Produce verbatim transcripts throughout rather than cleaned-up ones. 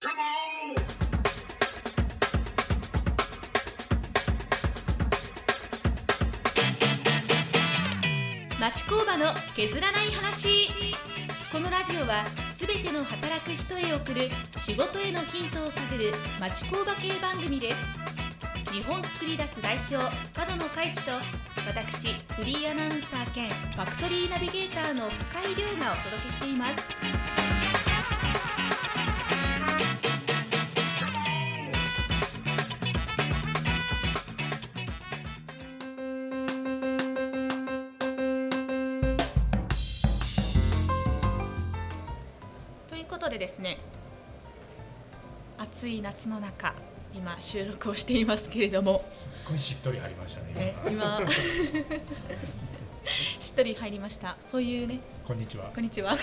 町工場の削らない話。このラジオはすべての働く人へ送る仕事へのヒントを探る町工場系番組です。日本作り出す代表角野海地と私フリーアナウンサー兼ファクトリーナビゲーターの深井亮がお届けしています。ということでですね、暑い夏の中今収録をしていますけれども、 すっごいしっとり入りましたね。 え今しっとり入りました。そういうね。 こんにちは。 こんにちは。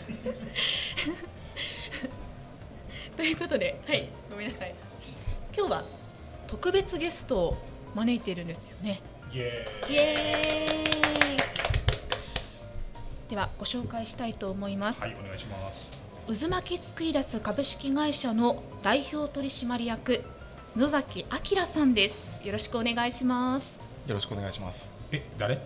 ということで、はい、ごめんなさい。今日は特別ゲストを招いているんですよね。 イエーイ。 イエーイ。ではご紹介したいと思います。 はい、お願いします。 渦巻き作り出す株式会社の代表取締役野崎明さんです。よろしくお願いします。 よろしくお願いします。 え、誰？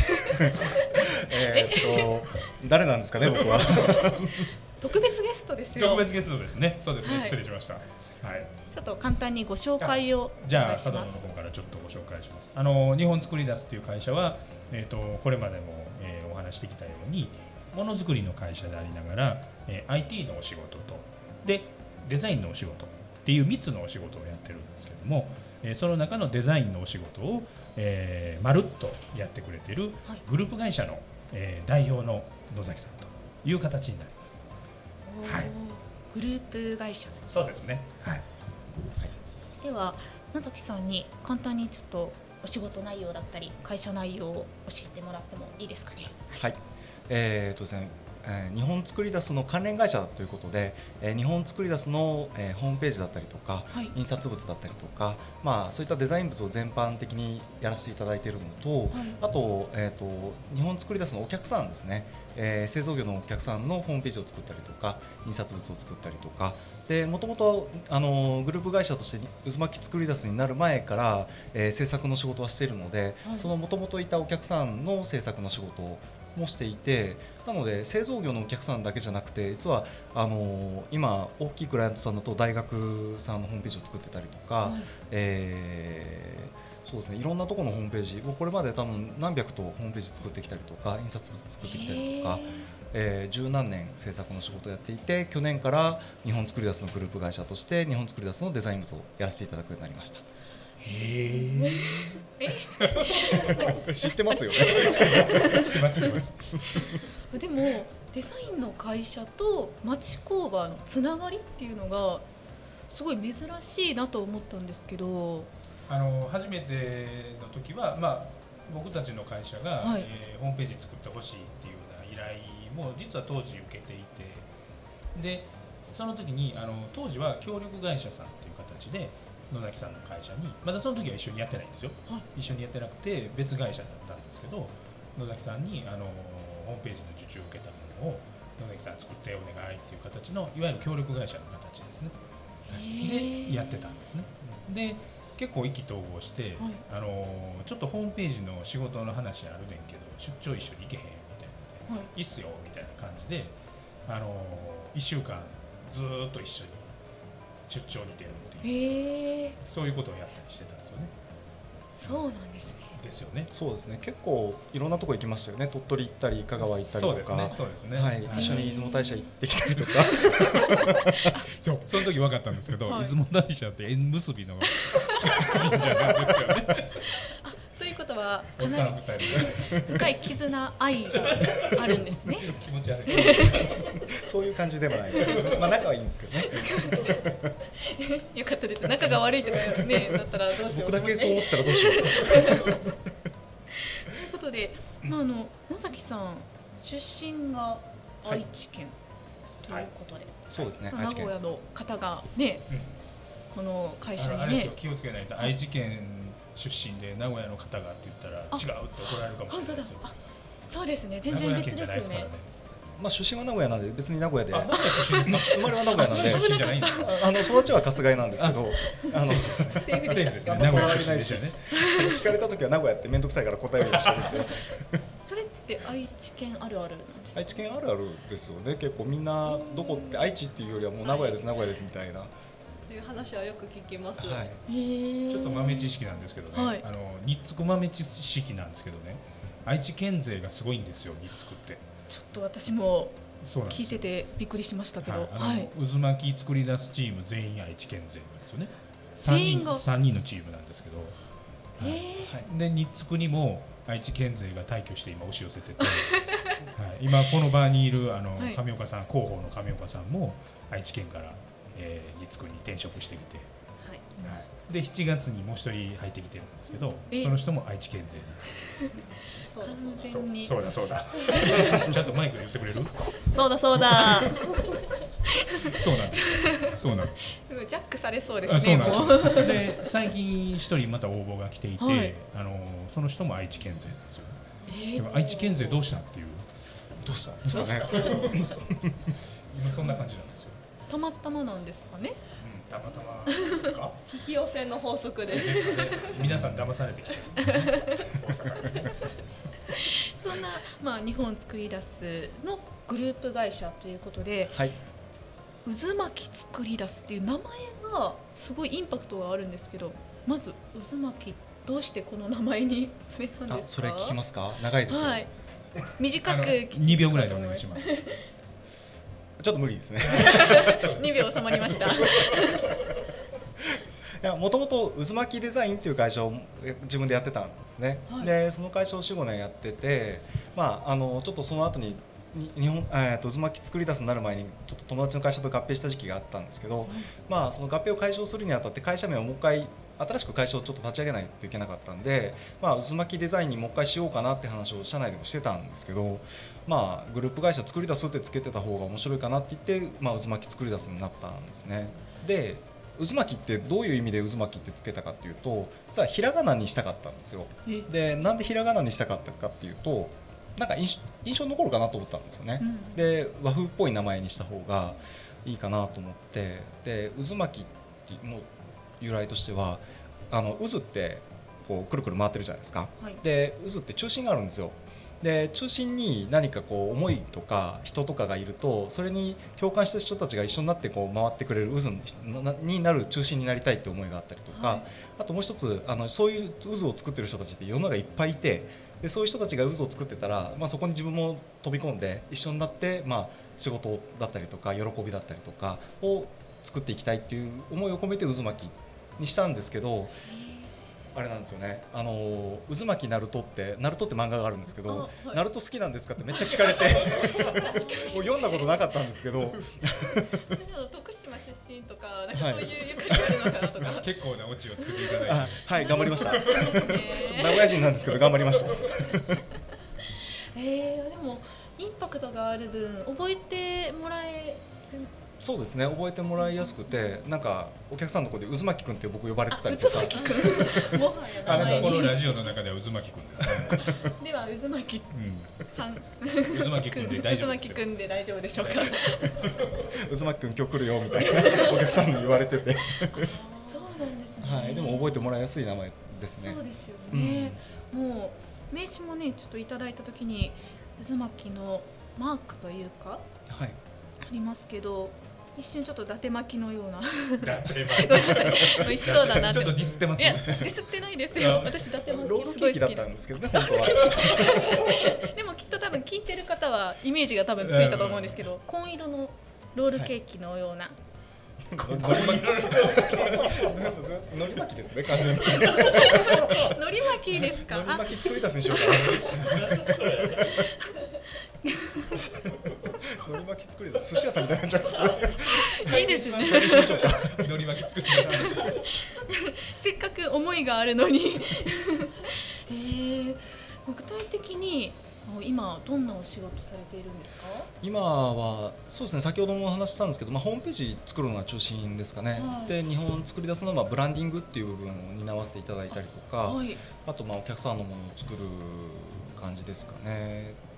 えっと誰なんですかね、僕は。 特別ゲストですよ。 特別ゲストですね。そうですね。はい、失礼しました。はい。 ちょっと簡単にご紹介をおじゃあ願いします。 佐藤の方からちょっとご紹介します。あの日本作り出すという会社は、えっとこれまでも、えー、お話してきたようにものづくりの会社でありながら、えー、アイティー のお仕事とでデザインのお仕事っていうみっつのお仕事をやってるんですけども、えー、その中のデザインのお仕事を、えー、まるっとやってくれているグループ会社の、えー、代表の野崎さんという形になります。はい、 グループ会社。 そうですね。はい。 はい、では野崎さんに簡単にちょっとお仕事内容だったり会社内容を教えてもらってもいいですかね。 はい。えーとですね、えー、日本作り出すの関連会社ということで、えー、日本作り出すの、えー、ホームページだったりとか、はい、印刷物だったりとか、まあ、そういったデザイン物を全般的にやらせていただいているのと、はい、あと、えーと、日本作り出すのお客さんですね、えー、製造業のお客さんのホームページを作ったりとか印刷物を作ったりとかで、もともとあのグループ会社として渦巻き作り出すになる前から、えー、制作の仕事はしているので、はい、そのもともといたお客さんの制作の仕事をもしていて、なので製造業のお客さんだけじゃなくて、実はあの今大きいクライアントさんだと大学さんのホームページを作ってたりとか、はい、えー、そうですね、いろんなところのホームページ、もうこれまで多分何百とホームページ作ってきたりとか印刷物作ってきたりとか、えー、十何年制作の仕事をやっていて、去年から日本作り出すのグループ会社として日本作り出すのデザイン物をやらせていただくようになりました。 へー知ってますよね。 知ってます。 でもデザインの会社と町工場のつながりっていうのがすごい珍しいなと思ったんですけど、 あの初めての時は、まあ、僕たちの会社が、はい、えー、ホームページ作ってほしいっていうような依頼も実は当時受けていて、でその時にあの当時は協力会社さんっていう形で野崎さんの会社に、まだその時は一緒にやってないんですよ、はい、一緒にやってなくて別会社だったんですけど、野崎さんにあのホームページの受注を受けたものを野崎さん作ってお願いっていう形のいわゆる協力会社の形ですね、でやってたんですね。で結構意気投合して、はい、あのちょっとホームページの仕事の話あるねんけど出張一緒に行けへんみたいなので、はい、いいっすよみたいな感じで、あのいっしゅうかんずっと一緒に出張に出るっていう、そういうことをやったりしてたんですよね。 そうなんですね。 ですよね。 そうですね。結構いろんなとこ行きましたよね。鳥取行ったり香川行ったりとか、 そうですね。 はい、一緒に出雲大社行ってきたりとか。 そう、その時分かったんですけど、はい、出雲大社って縁結びの神社なんですよね。 ということはかなり深い絆愛があるんですね。 気持ち悪い。 そういう感じではないです。まあ仲はいいんですけどね。 よかったです。仲が悪いとかねだったらどうしよう。 僕だけそう思ったらどうしよう。ということで、まああの野崎さん出身が愛知県ということで、はい、 そうですね。 名古屋の方がね、うん、この会社にね。 あれですよ、気をつけないと愛知県出身で名古屋の方がって言ったら違うって怒られるかもしれないですよ。 そうですね、全然別ですよね。 まあ、出身は名古屋なんで別に名古屋であ名古屋出身ですか生まれは名古屋なんで出身じゃないんですかあの育ちは春日井なんですけどあのセーフでした。 名古屋出身でしたね聞かれた時は名古屋って面倒くさいから答えるようにしてるんでそれって愛知県あるあるなんですか？ 愛知県あるあるですよね。結構みんなどこって愛知っていうよりはもう名古屋です、名古屋ですみたいなという話はよく聞きます。 はい、 ちょっと豆知識なんですけどね、はい、あのニッツク豆知識なんですけどね、愛知県勢がすごいんですよ、ニッツクって。 ちょっと私も聞いててびっくりしましたけど、はい、 あの、はい、渦巻き作り出すチーム全員愛知県勢なんですよね。全員がさんにんのチームなんですけど、はい、でニッツクにも愛知県勢が退去して今押し寄せてて、はい、今この場にいるあの上岡さん、広報の上岡さんも愛知県からえー、ニッツクに転職してきて、はいはい、でしちがつにもう一人入ってきてるんですけど、その人も愛知県勢なんですそうだ完全にそうだそうだちゃんとマイクで言ってくれるそうだそうだそうなんですそうなんですすごいジャックされそうですね。 そうなんですで最近一人また応募が来ていて、はい、あのその人も愛知県勢なんですよ、えー、でも愛知県勢どうしたっていうどうしたんですかね今そんな感じなんですよ。 たまたまなんですかね。 うん、たまたまですか。 引き寄せの法則です。 ですかね、皆さん騙されてきてそんな、まあ、日本作り出すのグループ会社ということで、はい、渦巻き作り出すっていう名前がすごいインパクトがあるんですけど、まず渦巻きどうしてこの名前にされたんですか。あ、 それ聞きますか。長いですよ、はい、 短くにびょうぐらいでお願いしますちょっと無理ですねにびょう収まりましたもともと渦巻きデザインっていう会社を自分でやってたんですね、はい、でその会社を よんごねんやってて、まあ、あのちょっとその後に日本、えー、と渦巻き作り出すになる前にちょっと友達の会社と合併した時期があったんですけど、はい、まあ、その合併を解消するにあたって会社名をもう一回新しく会社をちょっと立ち上げないといけなかったんで、まあ、渦巻きデザインにもう一回しようかなって話を社内でもしてたんですけど、まあ、グループ会社作り出すってつけてた方が面白いかなって言って、まあ、渦巻き作り出すになったんですね。で渦巻きってどういう意味で渦巻きってつけたかっていうと、実はひらがなにしたかったんですよ。でなんでひらがなにしたかったかっていうと、なんか 印, 印象残るかなと思ったんですよね、うん、で和風っぽい名前にした方がいいかなと思って、で渦巻きの由来としては、あの渦ってこうくるくる回ってるじゃないですか、はい、で渦って中心があるんですよ。で中心に何かこう思いとか人とかがいると、それに共感した人たちが一緒になってこう回ってくれる渦になる中心になりたいって思いがあったりとか、はい、あともう一つ、あのそういう渦を作ってる人たちって世の中いっぱいいて、でそういう人たちが渦を作ってたら、まあ、そこに自分も飛び込んで一緒になって、まあ、仕事だったりとか喜びだったりとかを作っていきたいっていう思いを込めて渦巻きにしたんですけど、あれなんですよね、あの渦巻きナルトってナルトって漫画があるんですけど、はい、ナルト好きなんですかってめっちゃ聞かれてもう読んだことなかったんですけど徳島出身とか、なんかそういうゆかりがあるのかなとか、はい、 結構なオチを作っていただいて、 あ、はい、頑張りましたちょっと名古屋人なんですけど頑張りましたえー、でもインパクトがある分覚えてもらえる。 そうですね、覚えてもらいやすくて、なんかお客さんのところで渦巻きくんって僕呼ばれてたりとか、 渦巻きくんもはや名前にこのラジオの中では渦巻きくんですねでは渦巻きさん、 渦巻きくんで大丈夫ですよ。 渦巻きくんで大丈夫でしょうか渦巻きくん今日来るよみたいなお客さんに言われててそうなんですね、 はい、でも覚えてもらいやすい名前ですね。 そうですよね、うん、もう名刺もねちょっといただいた時に渦巻きのマークというか、はい、ありますけど、一瞬ちょっと伊達巻きのようなごめんなさい、美味しそうだなってちょっとディスってますね。 いやディスってないですよ、私伊達巻きすごい好きだったんですけどね本当はでもきっと多分聞いてる方はイメージが多分ついたと思うんですけど、紺色のロールケーキのような、はい、 のり巻きですね完全にのり巻きですか。 のり巻き作り出すにしようかなのり巻き作り出す寿司屋さんみたいになっちゃうんですねいいですねのり巻き作り出すせっかく思いがあるのにえー、具体的に今どんなお仕事されているんですか。 今はそうですね、先ほどもお話ししたんですけど、まあ、ホームページ作るのが中心ですかね、はい、で日本作り出すのはブランディングっていう部分を担わせていただいたりとか、あ、はい、あとまあお客さんのものを作る感じですかね。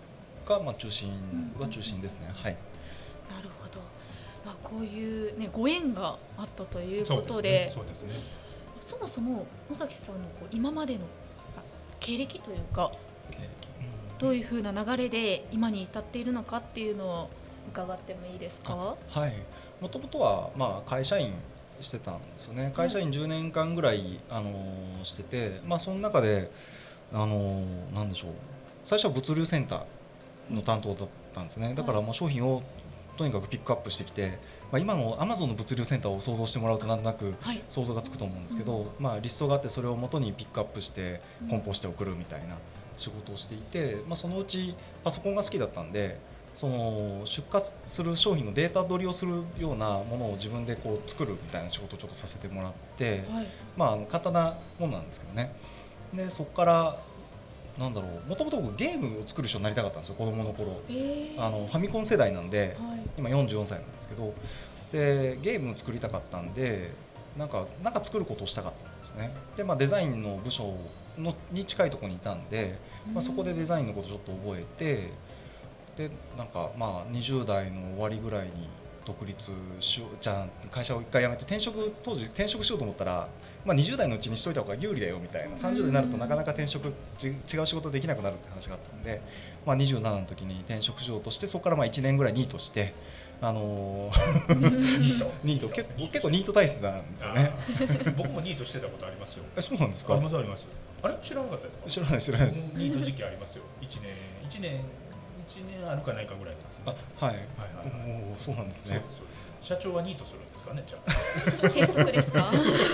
がまあ中心は中心ですね、うん、はい。 なるほど、まあ、こういう、ね、ご縁があったということで、 そうですね、そうですね。 そもそも野崎さんのこう今までの経歴というか、経歴、うん、どういうふうな流れで今に至っているのかっていうのを伺ってもいいですか？ はい、もともとはまあ会社員してたんですよね。会社員じゅうねんかんぐらい、あのー、してて、まあ、その中で、あのー、なんでしょう、最初は物流センターの担当だったんですね。だからもう商品をとにかくピックアップしてきて、まあ、今のアマゾンの物流センターを想像してもらうとなんとなく想像がつくと思うんですけど、はい、まあ、リストがあってそれを元にピックアップして梱包して送るみたいな仕事をしていて、まあ、そのうちパソコンが好きだったんで、その出荷する商品のデータ取りをするようなものを自分でこう作るみたいな仕事をちょっとさせてもらって、はい、まあ、簡単なものなんですけどね。でそこからなんだろう、もともとゲームを作る人になりたかったんですよ、子供の頃、えー、あのファミコン世代なんで、はい、今よんじゅうよんさいなんですけど、でゲームを作りたかったんで、なんかなんか作ることをしたかったんですね。で、まあ、デザインの部署のに近いところにいたんで、まあ、そこでデザインのことをちょっと覚えて、でなんかまあにじゅう代の終わりぐらいに独立しよう、じゃあ会社を一回辞めて転職、当時転職しようと思ったら、まあ、にじゅう代のうちにしといた方が有利だよみたいな、さんじゅう代になるとなかなか転職違う仕事できなくなるって話があったんで、まあ、にじゅうななの時に転職しようとして、そこからまあいちねんぐらいニートして、あのー、ニートニート結構結構ニート体質なんですよね。 僕もニートしてたことありますよ。 え、そうなんですか？ ありますあります。あれ知らなかったですか？ 知らない知らないです。 ニート時期ありますよ。いちねんいちねんいちねんあるかないかぐらいです、ね。 あ、はい。はいはいはい。おお、そうなんですね。そうですそうです。 社長はニートするんですかね、じゃあ。鉄則ですか？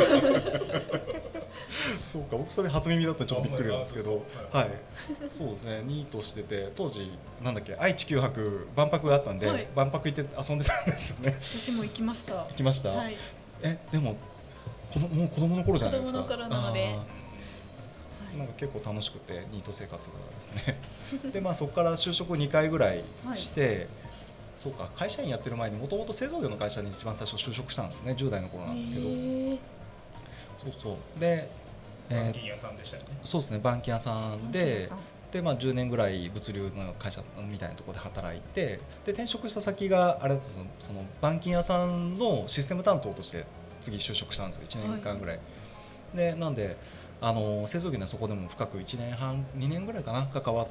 そうか、僕それ初耳だったらちょっとびっくりなんですけど、はい、そうですね、ニートしてて、当時なんだっけ、愛知九博万博があったんで、はい、万博行って遊んでたんですよね。 私も行きました。行きました。はい、え、でも子供もう子供の頃じゃないですか。 子供の頃なので。 なんか結構楽しくてニート生活がですね。で、まあそこから就職にかいぐらいして、はい、そうか、会社員やってる前にもともと製造業の会社に一番最初就職したんですね。じゅう代の頃なんですけど、そうそうで、 板金屋さんでしたよね。 そうですね、板金屋さんで、で、まあ、じゅうねんぐらい物流の会社みたいなところで働いて、で転職した先があれだと、その板金屋さんのシステム担当として次就職したんですよ、いちねんかんぐらい、はい、でなんであの製造業にはそこでも深くいちねんはんにねんぐらいかな関わって、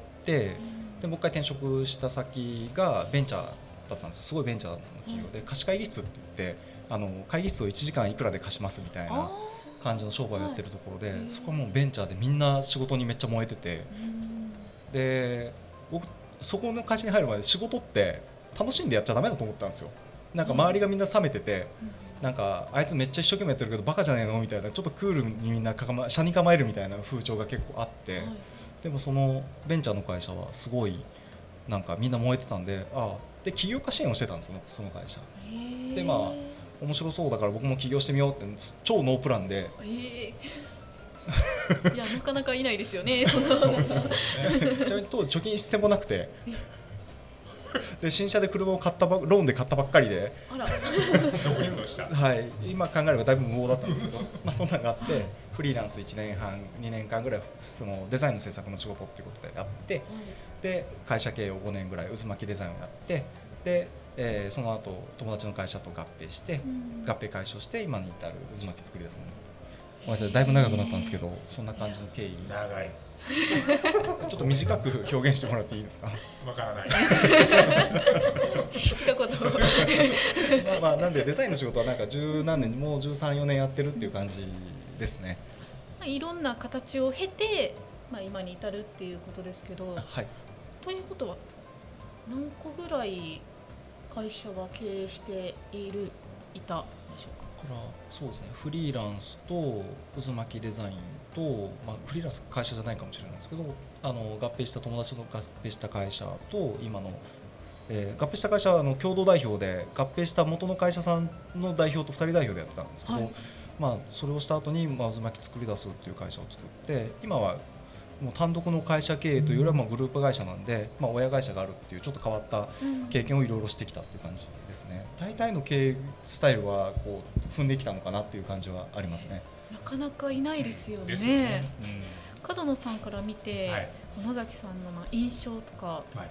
うん、でもう一回転職した先がベンチャーだったんです。すごいベンチャーの企業で、うん、貸し会議室って言って、あの会議室をいちじかんいくらで貸しますみたいな感じの商売をやってるところで、はい、そこはもうベンチャーでみんな仕事にめっちゃ燃えてて、うん、で僕そこの会社に入るまで仕事って楽しんでやっちゃダメだと思ったんですよ。なんか周りがみんな冷めてて、うん、なんかあいつめっちゃ一生懸命やってるけどバカじゃねえのみたいな、ちょっとクールにみんなかま車に構えるみたいな風潮が結構あって、はい、でもそのベンチャーの会社はすごいなんかみんな燃えてたんで、ああで起業家支援をしてたんですよ、その会社で。まあ面白そうだから僕も起業してみようって超ノープランで、 いやなかなかいないですよね、そのちなみに当時貯金してもなくてで新車で車を買ったばローンで買ったばっかりで、あらはい、今考えればだいぶ無謀だったんですけどまあそんなのがあって、はい、フリーランスいちねんはんにねんかんぐらいそのデザインの制作の仕事っていうことでやって、はい、で会社経営をごねんぐらい渦巻きデザインをやって、で、えー、その後友達の会社と合併して、うん、合併解消して今に至る渦巻き作り出すので、ごめんなさいだいぶ長くなったんですけど、そんな感じの経緯です。 長いちょっと短く表現してもらっていいですか？ わからない一言まあまあなんでデザインの仕事はなんか十何年もうじゅうさん、よねんやってるっていう感じですね。 まあ、いろんな形を経て、まあ、今に至るっていうことですけど、 はい、 ということは何個ぐらい会社は経営しているいたでしょうか？ からそうですね、フリーランスと渦巻きデザインと、まあ、フリーランス会社じゃないかもしれないですけど、あの合併した友達の合併した会社と今の、えー、合併した会社はあの共同代表で合併した元の会社さんの代表とふたり代表でやってたんですけど、はい、まあ、それをした後に、まあ、渦巻き作り出すっていう会社を作って、今はもう単独の会社経営というよりはまあグループ会社なんで、まあ、親会社があるっていうちょっと変わった経験をいろいろしてきたっていう感じですね。大体の経営スタイルはこう踏んできたのかなっていう感じはありますね。 なかなかいないですよね。 ですよね。 うん、角野さんから見て、はい、野崎さんのまあ印象とか、はい、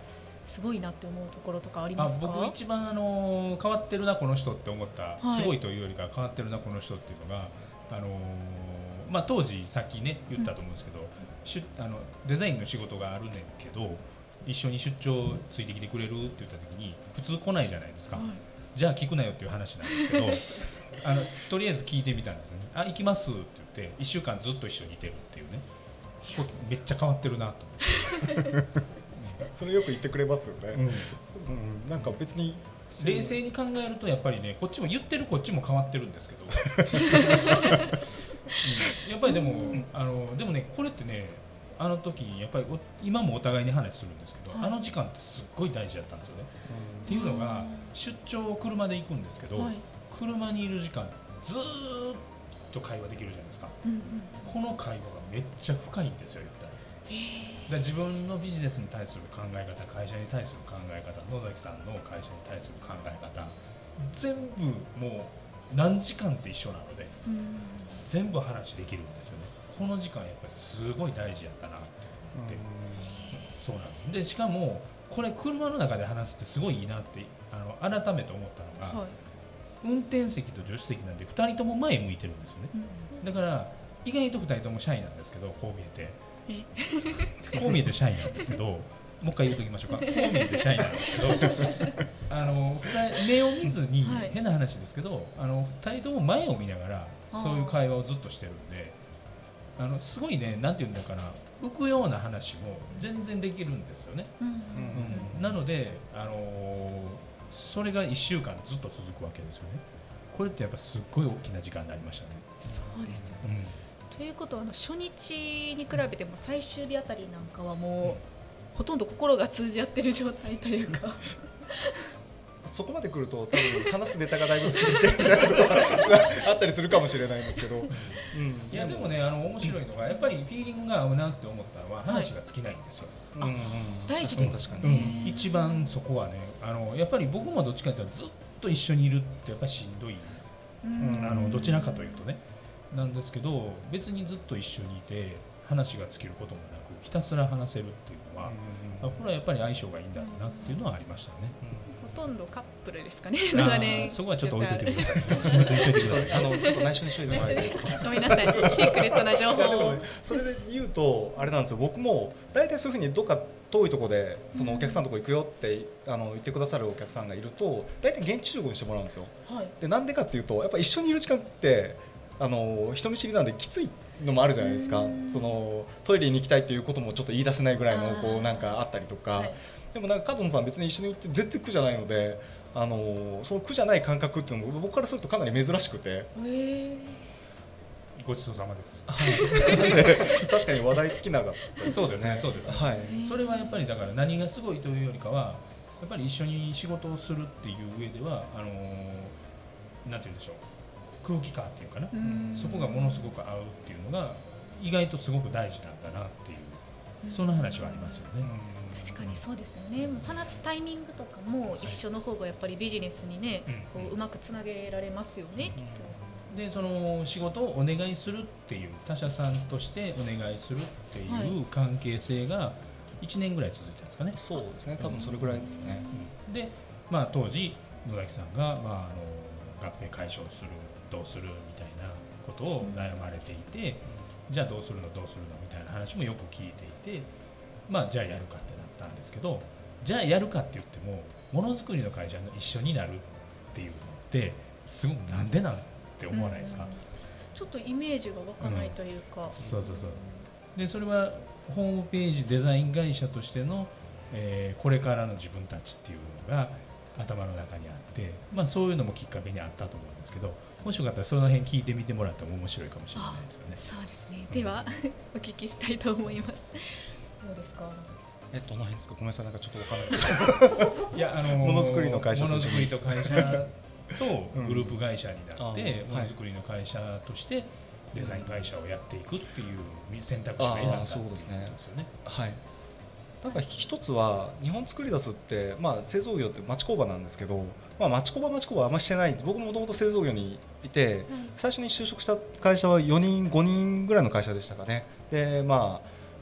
すごいなって思うところとかありますか？ あ僕一番あの変わってるなこの人って思った、 はい、 すごいというよりか変わってるなこの人っていうのが、あのーまあ、当時さっきね言ったと思うんですけど、うん、しゅあのデザインの仕事があるねんけど一緒に出張ついてきてくれるって言った時に普通来ないじゃないですか、はい、じゃあ聞くなよっていう話なんですけどあのとりあえず聞いてみたんですよね。あ、行きますって言っていっしゅうかんずっと一緒にいてるっていうね、めっちゃ変わってるなと思ってそれよく言ってくれますよね、うんうん、なんか別に冷静に考えるとやっぱりねこっちも言ってるこっちも変わってるんですけど、うん、やっぱりでも、うん、あのでもねこれってねあの時やっぱり今もお互いに話するんですけど、はい、あの時間ってすっごい大事だったんですよね、うん、っていうのが出張を車で行くんですけど、はい、車にいる時間ずーっと会話できるじゃないですか、うんうん、この会話がめっちゃ深いんですよ言ったら。だ自分のビジネスに対する考え方、会社に対する考え方、野崎さんの会社に対する考え方全部もう何時間って一緒なので、うん、全部話できるんですよね。この時間やっぱりすごい大事やったなって思って、うん、そうなんで、しかもこれ車の中で話すってすごいいいなってあの改めて思ったのが、はい、運転席と助手席なんでふたりとも前向いてるんですよね、うん、だから意外とふたりともシャイなんですけどこう見えてこう見えてシャイなんですけどもう一回言うときましょうか。こう見えてシャイなんですけどあの目を見ずに、はい、変な話ですけどあのふたりとも前を見ながらそういう会話をずっとしてるんであのすごいねなんていうんだかな浮くような話も全然できるんですよね、うんうんうん、なので、あのー、それがいっしゅうかんずっと続くわけですよね。これってやっぱすっごい大きな時間になりましたね。 そうですよね、うん、ということはあの初日に比べても最終日あたりなんかはもう、うん、ほとんど心が通じ合ってる状態というかそこまで来ると多分話すネタがだいぶ尽きてきてるみたいなところがあったりするかもしれないんですけど、うん、 いやでもねあの面白いのがやっぱりフィーリングが合うなって思ったのは話が尽きないんですよ、 はい、うんうん、大事です確かに、うん、一番そこはねあのやっぱり僕もどっちかというとずっと一緒にいるってやっぱりしんどい、うん、あのどちらかというとねなんですけど別にずっと一緒にいて話が尽きることもなくひたすら話せるっていうのは、うん、これはやっぱり相性がいいんだろうなっていうのはありましたね、 うん、ほとんどカップルですかね長年そこはちょっと置いといてください秘密にしといてくださいあのちょっと内緒にしといてもらえるとごめんなさいシークレットな情報をいやでも、ね、 それで言うとあれなんですよ僕も大体そういうふうにどっか遠いところでそのお客さんのとこ行くよってあの言ってくださるお客さんがいると大体現地集合にしてもらうんですよ、はい、でなんでかっていうとやっぱ一緒にいる時間ってあの人見知りなんできついのもあるじゃないですか。そのトイレに行きたいっていうこともちょっと言い出せないぐらいのこうなんかあったりとか、はい、でもなんか角野さん別に一緒に行って全然苦じゃないのであのその苦じゃない感覚っていうのも僕からするとかなり珍しくて、 えー、ごちそうさまです、 はい、確かに話題尽きなかったですよね。そうですね、そうですね、 はい、 それはやっぱりだから何がすごいというよりかはやっぱり一緒に仕事をするっていう上ではあのなんて言うんでしょう空気感っていうかな、そこがものすごく合うっていうのが意外とすごく大事なんだなっていうそんな話はありますよね。 確かにそうですよね。話すタイミングとかも一緒の方がやっぱりビジネスにね、はい、こううまくつなげられますよね、うん、きっと。でその仕事をお願いするっていう他社さんとしてお願いするっていう関係性がいちねんぐらい続いたんですかね。 そうですね、多分それぐらいですね、 うん、で、まあ、当時野崎さんが、まあ、あの合併解消するどうするみたいなことを悩まれていて、うん、じゃあどうするのどうするのみたいな話もよく聞いていて、まあじゃあやるかってなったんですけど、じゃあやるかって言ってもものづくりの会社の一緒になるっていうのってすごくなんでなんって思わないですか、うん、 ちょっとイメージが湧かないというか、うん、 そうそうそう。でそれはホームページデザイン会社としての、えー、これからの自分たちっていうのが頭の中にあって、まあ、そういうのもきっかけにあったと思うんですけど、もしよかったらその辺聞いてみてもらっても面白いかもしれないですよね。 そうですね、うん、ではお聞きしたいと思います。どうですか、 えどの辺ですか。ごめんなさい、なんかちょっと分からないいや、あのー、 ものづくりの会社ものづくりと会社とグループ会社になって、うん、ものづくりの会社としてデザイン会社をやっていくっていう選択肢が選んだんですよね。 はい。なんか一つは日本作り出すって、まあ、製造業って町工場なんですけど、まあ、町工場町工場あんましてないんです。僕ももともと製造業にいて、うん、最初に就職した会社はよにんごにんぐらいの会社でしたかね。で、まあ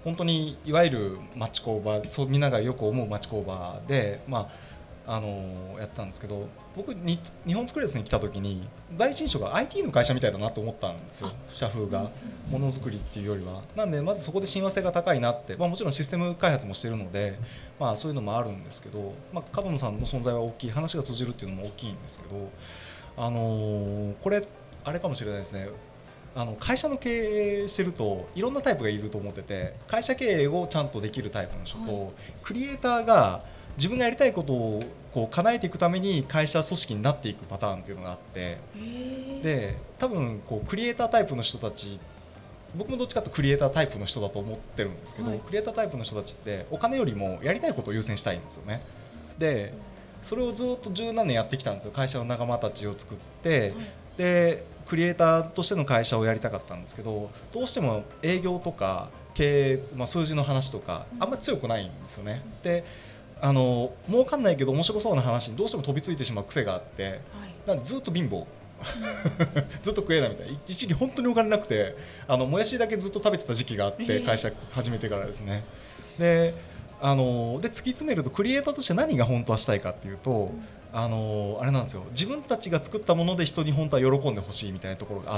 本当にいわゆる町工場、そうみんながよく思う町工場で、まあ、あのやったんですけど、僕に日本作りですに来た時に第一印象が アイティー の会社みたいだなと思ったんですよ。社風がものづくりっていうよりは。なんでまずそこで親和性が高いなって、まあ、もちろんシステム開発もしてるので、まあ、そういうのもあるんですけど、まあ、角野さんの存在は大きい、話が通じるっていうのも大きいんですけど、あのこれあれかもしれないですね。あの会社の経営してるといろんなタイプがいると思ってて、会社経営をちゃんとできるタイプの人と、はい、クリエイターが自分がやりたいことをこう叶えていくために会社組織になっていくパターンっていうのがあって、で多分こうクリエイタータイプの人たち、僕もどっちかというとクリエイタータイプの人だと思ってるんですけど、はい、クリエイタータイプの人たちってお金よりもやりたいことを優先したいんですよね。でそれをずっと十何年やってきたんですよ。会社の仲間たちを作って、はい、でクリエイターとしての会社をやりたかったんですけど、どうしても営業とか経営、まあ、数字の話とかあんまり強くないんですよね。であの儲かんないけど面白そうな話にどうしても飛びついてしまう癖があって、はい、なんでずっと貧乏ずっと食えないみたいな、一時期本当にお金なくて、あのもやしだけずっと食べてた時期があって、会社始めてからですね。であので突き詰めるとクリエイターとして何が本当はしたいかっていうと、あのあれなんですよ、自分たちが作ったもので人に本当は喜んでほしいみたいなところがあって、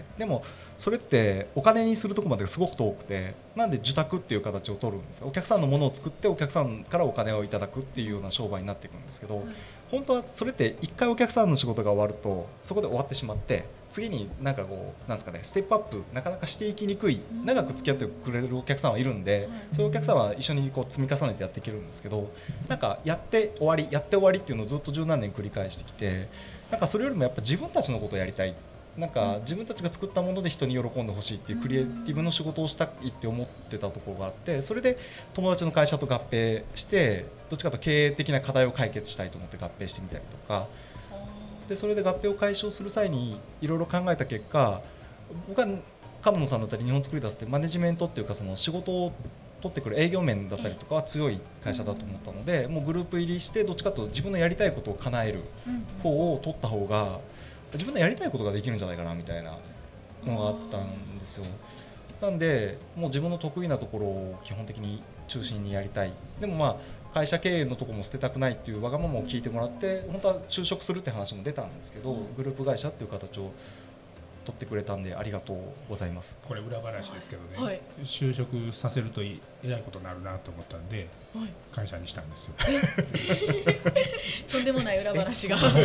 でもそれってお金にするところまですごく遠くて、なんで受託っていう形を取るんです。お客さんのものを作ってお客さんからお金をいただくっていうような商売になっていくんですけど、本当はそれって一回お客さんの仕事が終わるとそこで終わってしまって、次になんかこうなんですかね、ステップアップなかなかしていきにくい、長く付き合ってくれるお客さんはいるんで、そういうお客さんは一緒にこう積み重ねてやっていけるんですけど、なんかやって終わりやって終わりっていうのをずっと十何年繰り返してきて、なんかそれよりもやっぱ自分たちのことをやりたい、なんか自分たちが作ったもので人に喜んでほしいっていうクリエイティブの仕事をしたいって思ってたところがあって、それで友達の会社と合併して、どっちかというと経営的な課題を解決したいと思って合併してみたりとかで、それで合併を解消する際にいろいろ考えた結果、僕は角野さんだったり日本作り出すってマネジメントっていうか、その仕事を取ってくる営業面だったりとかは強い会社だと思ったので、もうグループ入りしてどっちかというと自分のやりたいことを叶える方を取った方が自分のやりたいことができるんじゃないかなみたいなのがあったんですよ。なんでもう自分の得意なところを基本的に中心にやりたい。でもまあ会社経営のところも捨てたくないっていうわがままを聞いてもらって、本当は就職するって話も出たんですけど、グループ会社っていう形を取ってくれたんでありがとうございます。 これ裏話ですけどね、 はい、 就職させるとえらいことになるなと思ったんで、はい、会社にしたんですよ。 とんでもない裏話が。 そうなの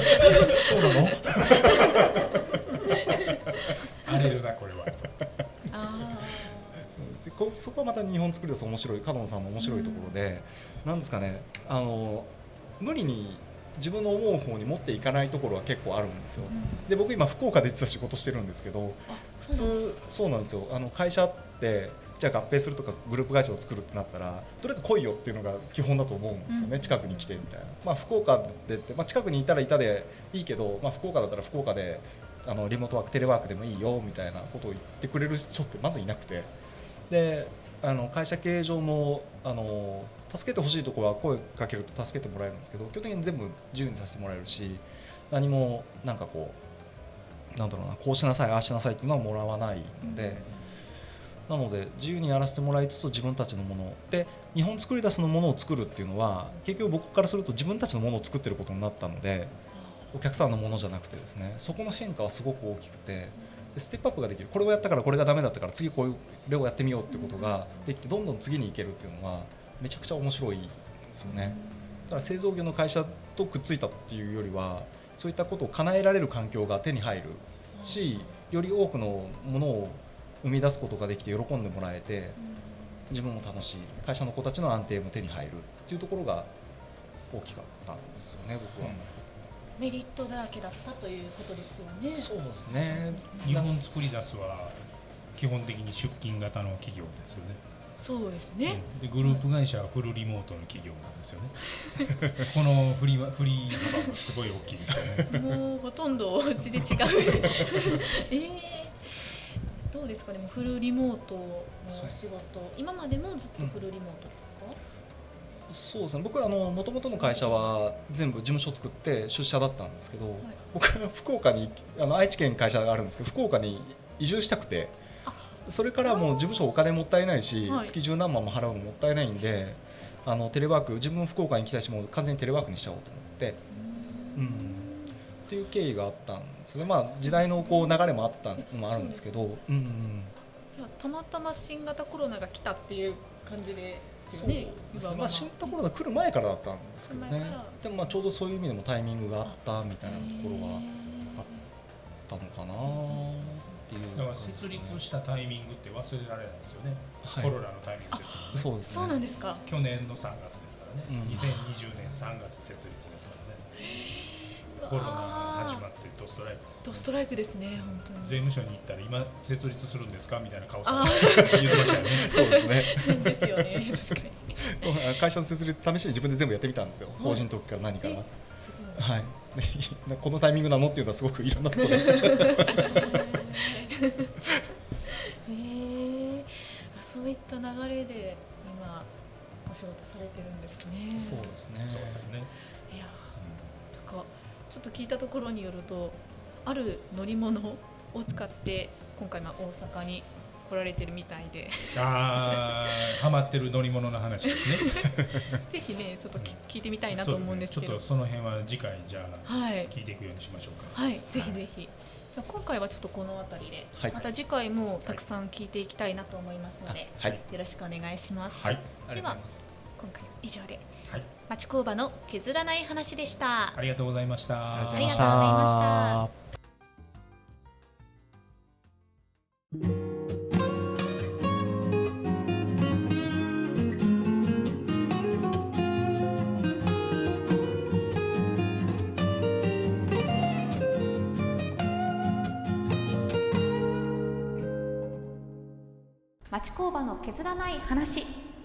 荒れるなこれは。 あでこそこはまた日本作り出す面白い、角野さんの面白いところで、うん、なんですかね、あの無理に自分の思う方に持っていかないところは結構あるんですよ。で僕今福岡で実は仕事してるんですけど、普通そうなんですよ。あの会社ってじゃあ合併するとかグループ会社を作るってなったら、とりあえず来いよっていうのが基本だと思うんですよね、うん、近くに来てみたいな。まあ、福岡でって、まあ、近くにいたらいたでいいけど、まあ、福岡だったら福岡であのリモートワークテレワークでもいいよみたいなことを言ってくれる人ってまずいなくて、であの会社経営上もあの助けてほしいところは声かけると助けてもらえるんですけど、基本的に全部自由にさせてもらえるし、何もなんかこうなんだろうな、こうしなさいああしなさいっていうのはもらわないので、うん、なので自由にやらせてもらいつつ自分たちのもので日本作り出すのものを作るっていうのは結局僕からすると自分たちのものを作ってることになったので、お客さんのものじゃなくてですね、そこの変化はすごく大きくて、でステップアップができる、これをやったからこれがダメだったから次こういう例をやってみようってことができて、どんどん次に行けるっていうのはめちゃくちゃ面白いですよね。だから製造業の会社とくっついたっていうよりは、そういったことを叶えられる環境が手に入るし、より多くのものを生み出すことができて喜んでもらえて、自分も楽しい、会社の子たちの安定も手に入るっていうところが大きかったんですよね、僕は。 メリットだらけだったということですよね。 そうですね。 日本作り出すは基本的に出勤型の企業ですよね。 そうですね、 うん、でグループ会社はフルリモートの企業なんですよね。この振りは振り幅がすごい大きいですよね。 もうほとんど全然違う。えー、どうですか。でもフルリモートの仕事、はい、今までもずっとフルリモートですか？ うん、そうですね。僕はもともとの会社は全部事務所を作って出社だったんですけど、はい、僕は福岡にあの愛知県会社があるんですけど、福岡に移住したくて。 それからもう事務所お金もったいないし、 はい、 月十何万も払うのもったいないんで、あのテレワーク、自分福岡に来たしもう完全にテレワークにしちゃおうと思って、うん、っていう経緯があったんですよね。まあ時代のこう流れもあったのもあるんですけど、うんうん、 たまたま新型コロナが来たっていう感じですよね。 そうですね、まあ、新型コロナ来る前からだったんですけどね。でもまあちょうどそういう意味でもタイミングがあったみたいなところはあったのかなっていう、 だから設立したタイミングって忘れられないですよね、はい、コロナのタイミングですよね。 そうですね、 そうなんですか。 去年のさんがつですからね、うん、にせんにじゅうねんさんがつ設立ですからね。コロナ始まってドストライク、 ドストライクですね。本当に税務署に行ったら今設立するんですかみたいな顔されて言ってましたよね。 そうですね。 ですよね。確かに。 会社の設立試しに自分で全部やってみたんですよ。法人登記から何から。はい。このタイミングなのっていうのはすごくいろんなところで。へえ。そういった流れで今お仕事されてるんですね。 そうですね。 そうですね。 いや、なんかちょっと聞いたところによると、ある乗り物を使って今回まあ大阪に来られてるみたいで、 ああ、ハマってる乗り物の話ですね。 ぜひね、ちょっと聞いてみたいなと思うんですけど、 ね、ちょっとその辺は次回じゃあ、はい、聞いていくようにしましょうか。 はい、ぜひぜひ。はい、今回はちょっとこの辺りで、はい、また次回もたくさん聞いていきたいなと思いますので、はい、よろしくお願いします。 はい、 では今回は以上で、はい、町工場の削らない話でした。 ありがとうございました。 ありがとうございました。 町工場の削らない話。